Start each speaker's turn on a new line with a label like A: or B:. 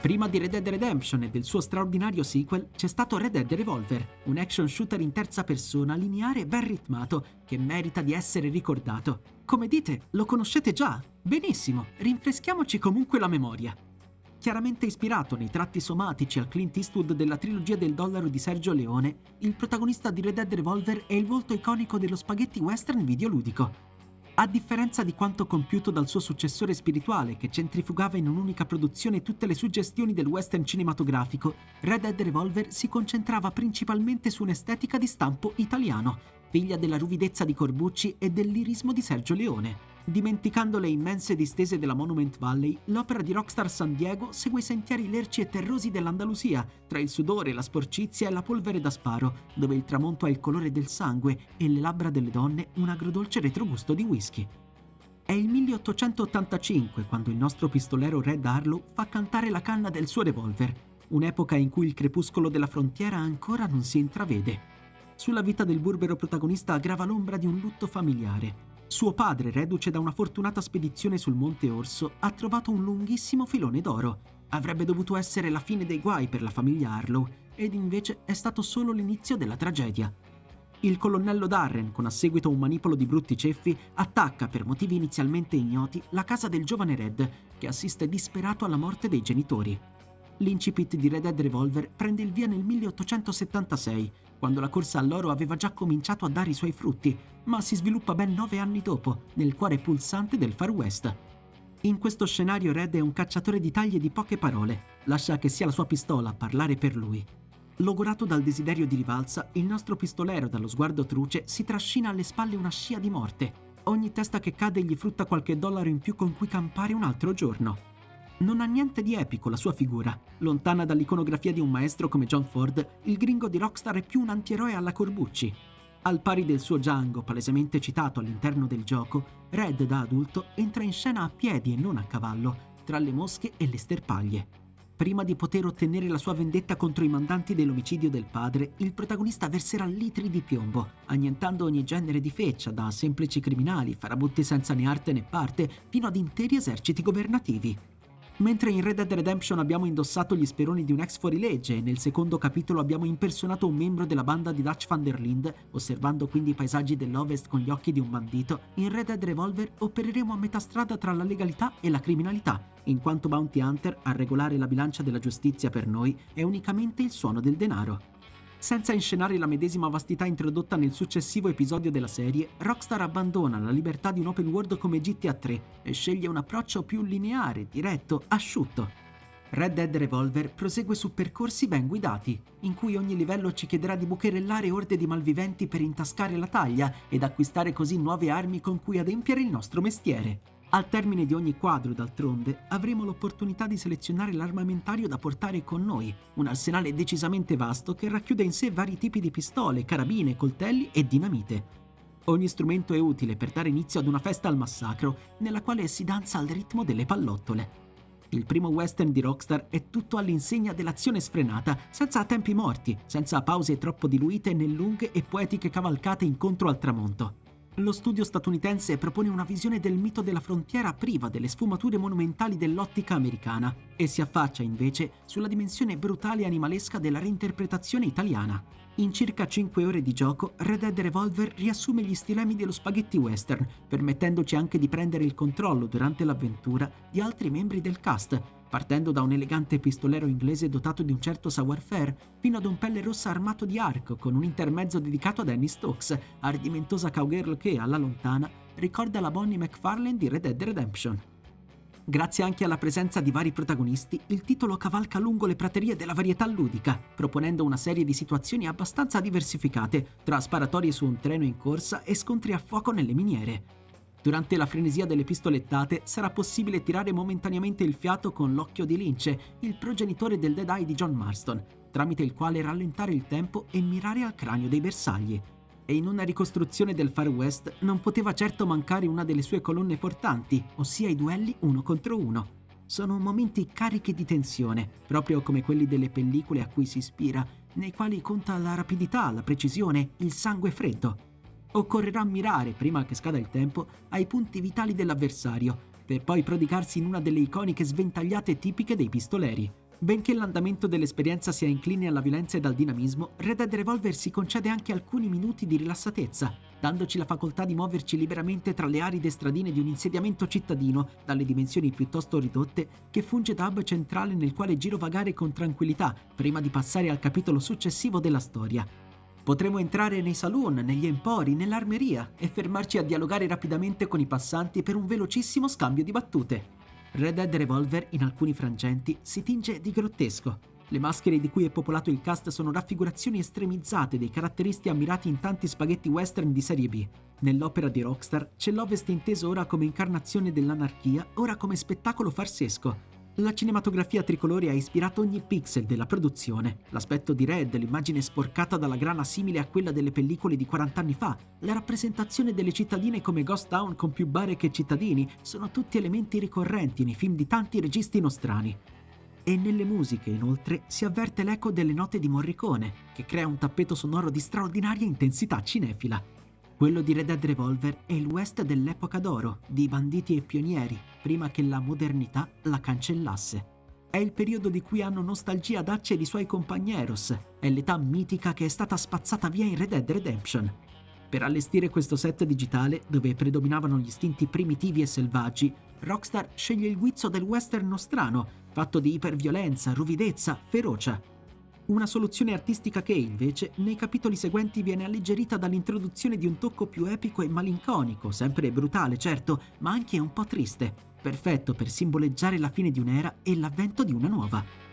A: Prima di Red Dead Redemption e del suo straordinario sequel c'è stato Red Dead Revolver, un action shooter in terza persona lineare e ben ritmato che merita di essere ricordato. Come dite, lo conoscete già? Benissimo, rinfreschiamoci comunque la memoria. Chiaramente ispirato nei tratti somatici al Clint Eastwood della trilogia del dollaro di Sergio Leone, il protagonista di Red Dead Revolver è il volto iconico dello spaghetti western videoludico. A differenza di quanto compiuto dal suo successore spirituale, che centrifugava in un'unica produzione tutte le suggestioni del western cinematografico, Red Dead Revolver si concentrava principalmente su un'estetica di stampo italiano, figlia della ruvidezza di Corbucci e del lirismo di Sergio Leone. Dimenticando le immense distese della Monument Valley, l'opera di Rockstar San Diego segue i sentieri lerci e terrosi dell'Andalusia, tra il sudore, la sporcizia e la polvere da sparo, dove il tramonto ha il colore del sangue e le labbra delle donne un agrodolce retrogusto di whisky. È il 1885 quando il nostro pistolero Red Harlow fa cantare la canna del suo revolver, un'epoca in cui il crepuscolo della frontiera ancora non si intravede. Sulla vita del burbero protagonista grava l'ombra di un lutto familiare. Suo padre, reduce da una fortunata spedizione sul Monte Orso, ha trovato un lunghissimo filone d'oro. Avrebbe dovuto essere la fine dei guai per la famiglia Harlow, ed invece è stato solo l'inizio della tragedia. Il colonnello Darren, con a seguito un manipolo di brutti ceffi, attacca, per motivi inizialmente ignoti, la casa del giovane Red, che assiste disperato alla morte dei genitori. L'incipit di Red Dead Revolver prende il via nel 1876, quando la corsa all'oro aveva già cominciato a dare i suoi frutti, ma si sviluppa ben 9 anni dopo, nel cuore pulsante del Far West. In questo scenario Red è un cacciatore di taglie di poche parole, lascia che sia la sua pistola a parlare per lui. Logorato dal desiderio di rivalsa, il nostro pistolero dallo sguardo truce si trascina alle spalle una scia di morte. Ogni testa che cade gli frutta qualche dollaro in più con cui campare un altro giorno. Non ha niente di epico la sua figura. Lontana dall'iconografia di un maestro come John Ford, il gringo di Rockstar è più un antieroe alla Corbucci. Al pari del suo Django, palesemente citato all'interno del gioco, Red da adulto entra in scena a piedi e non a cavallo, tra le mosche e le sterpaglie. Prima di poter ottenere la sua vendetta contro i mandanti dell'omicidio del padre, il protagonista verserà litri di piombo, annientando ogni genere di feccia, da semplici criminali, farabutti senza né arte né parte, fino ad interi eserciti governativi. Mentre in Red Dead Redemption abbiamo indossato gli speroni di un ex fuorilegge e nel secondo capitolo abbiamo impersonato un membro della banda di Dutch van der Linde, osservando quindi i paesaggi dell'Ovest con gli occhi di un bandito, in Red Dead Revolver opereremo a metà strada tra la legalità e la criminalità, in quanto Bounty Hunter, a regolare la bilancia della giustizia per noi, è unicamente il suono del denaro. Senza inscenare la medesima vastità introdotta nel successivo episodio della serie, Rockstar abbandona la libertà di un open world come GTA 3 e sceglie un approccio più lineare, diretto, asciutto. Red Dead Revolver prosegue su percorsi ben guidati, in cui ogni livello ci chiederà di bucherellare orde di malviventi per intascare la taglia ed acquistare così nuove armi con cui adempiere il nostro mestiere. Al termine di ogni quadro, d'altronde, avremo l'opportunità di selezionare l'armamentario da portare con noi, un arsenale decisamente vasto che racchiude in sé vari tipi di pistole, carabine, coltelli e dinamite. Ogni strumento è utile per dare inizio ad una festa al massacro, nella quale si danza al ritmo delle pallottole. Il primo western di Rockstar è tutto all'insegna dell'azione sfrenata, senza tempi morti, senza pause troppo diluite né lunghe e poetiche cavalcate incontro al tramonto. Lo studio statunitense propone una visione del mito della frontiera priva delle sfumature monumentali dell'ottica americana e si affaccia invece sulla dimensione brutale e animalesca della reinterpretazione italiana. In circa 5 ore di gioco, Red Dead Revolver riassume gli stilemi dello spaghetti western, permettendoci anche di prendere il controllo durante l'avventura di altri membri del cast, partendo da un elegante pistolero inglese dotato di un certo savoir-faire, fino ad un pelle rossa armato di arco con un intermezzo dedicato ad Annie Stokes, ardimentosa cowgirl che, alla lontana, ricorda la Bonnie McFarlane di Red Dead Redemption. Grazie anche alla presenza di vari protagonisti, il titolo cavalca lungo le praterie della varietà ludica, proponendo una serie di situazioni abbastanza diversificate, tra sparatorie su un treno in corsa e scontri a fuoco nelle miniere. Durante la frenesia delle pistolettate sarà possibile tirare momentaneamente il fiato con l'occhio di lince, il progenitore del Dead Eye di John Marston, tramite il quale rallentare il tempo e mirare al cranio dei bersagli. E in una ricostruzione del Far West non poteva certo mancare una delle sue colonne portanti, ossia i duelli uno contro uno. Sono momenti carichi di tensione, proprio come quelli delle pellicole a cui si ispira, nei quali conta la rapidità, la precisione, il sangue freddo. Occorrerà mirare, prima che scada il tempo, ai punti vitali dell'avversario, per poi prodigarsi in una delle iconiche sventagliate tipiche dei pistoleri. Benché l'andamento dell'esperienza sia incline alla violenza ed al dinamismo, Red Dead Revolver si concede anche alcuni minuti di rilassatezza, dandoci la facoltà di muoverci liberamente tra le aride stradine di un insediamento cittadino, dalle dimensioni piuttosto ridotte, che funge da hub centrale nel quale girovagare con tranquillità, prima di passare al capitolo successivo della storia. Potremo entrare nei saloon, negli empori, nell'armeria e fermarci a dialogare rapidamente con i passanti per un velocissimo scambio di battute. Red Dead Revolver, in alcuni frangenti, si tinge di grottesco. Le maschere di cui è popolato il cast sono raffigurazioni estremizzate dei caratteristi ammirati in tanti spaghetti western di serie B. Nell'opera di Rockstar c'è l'Ovest inteso ora come incarnazione dell'anarchia, ora come spettacolo farsesco. La cinematografia tricolore ha ispirato ogni pixel della produzione. L'aspetto di Red, l'immagine sporcata dalla grana simile a quella delle pellicole di 40 anni fa, la rappresentazione delle cittadine come ghost town con più bare che cittadini, sono tutti elementi ricorrenti nei film di tanti registi nostrani. E nelle musiche, inoltre, si avverte l'eco delle note di Morricone, che crea un tappeto sonoro di straordinaria intensità cinefila. Quello di Red Dead Revolver è il West dell'epoca d'oro, di banditi e pionieri, prima che la modernità la cancellasse. È il periodo di cui hanno nostalgia Dutch ed i suoi compagneros, è l'età mitica che è stata spazzata via in Red Dead Redemption. Per allestire questo set digitale, dove predominavano gli istinti primitivi e selvaggi, Rockstar sceglie il guizzo del western nostrano, fatto di iperviolenza, ruvidezza, ferocia. Una soluzione artistica che, invece, nei capitoli seguenti viene alleggerita dall'introduzione di un tocco più epico e malinconico, sempre brutale, certo, ma anche un po' triste, perfetto per simboleggiare la fine di un'era e l'avvento di una nuova.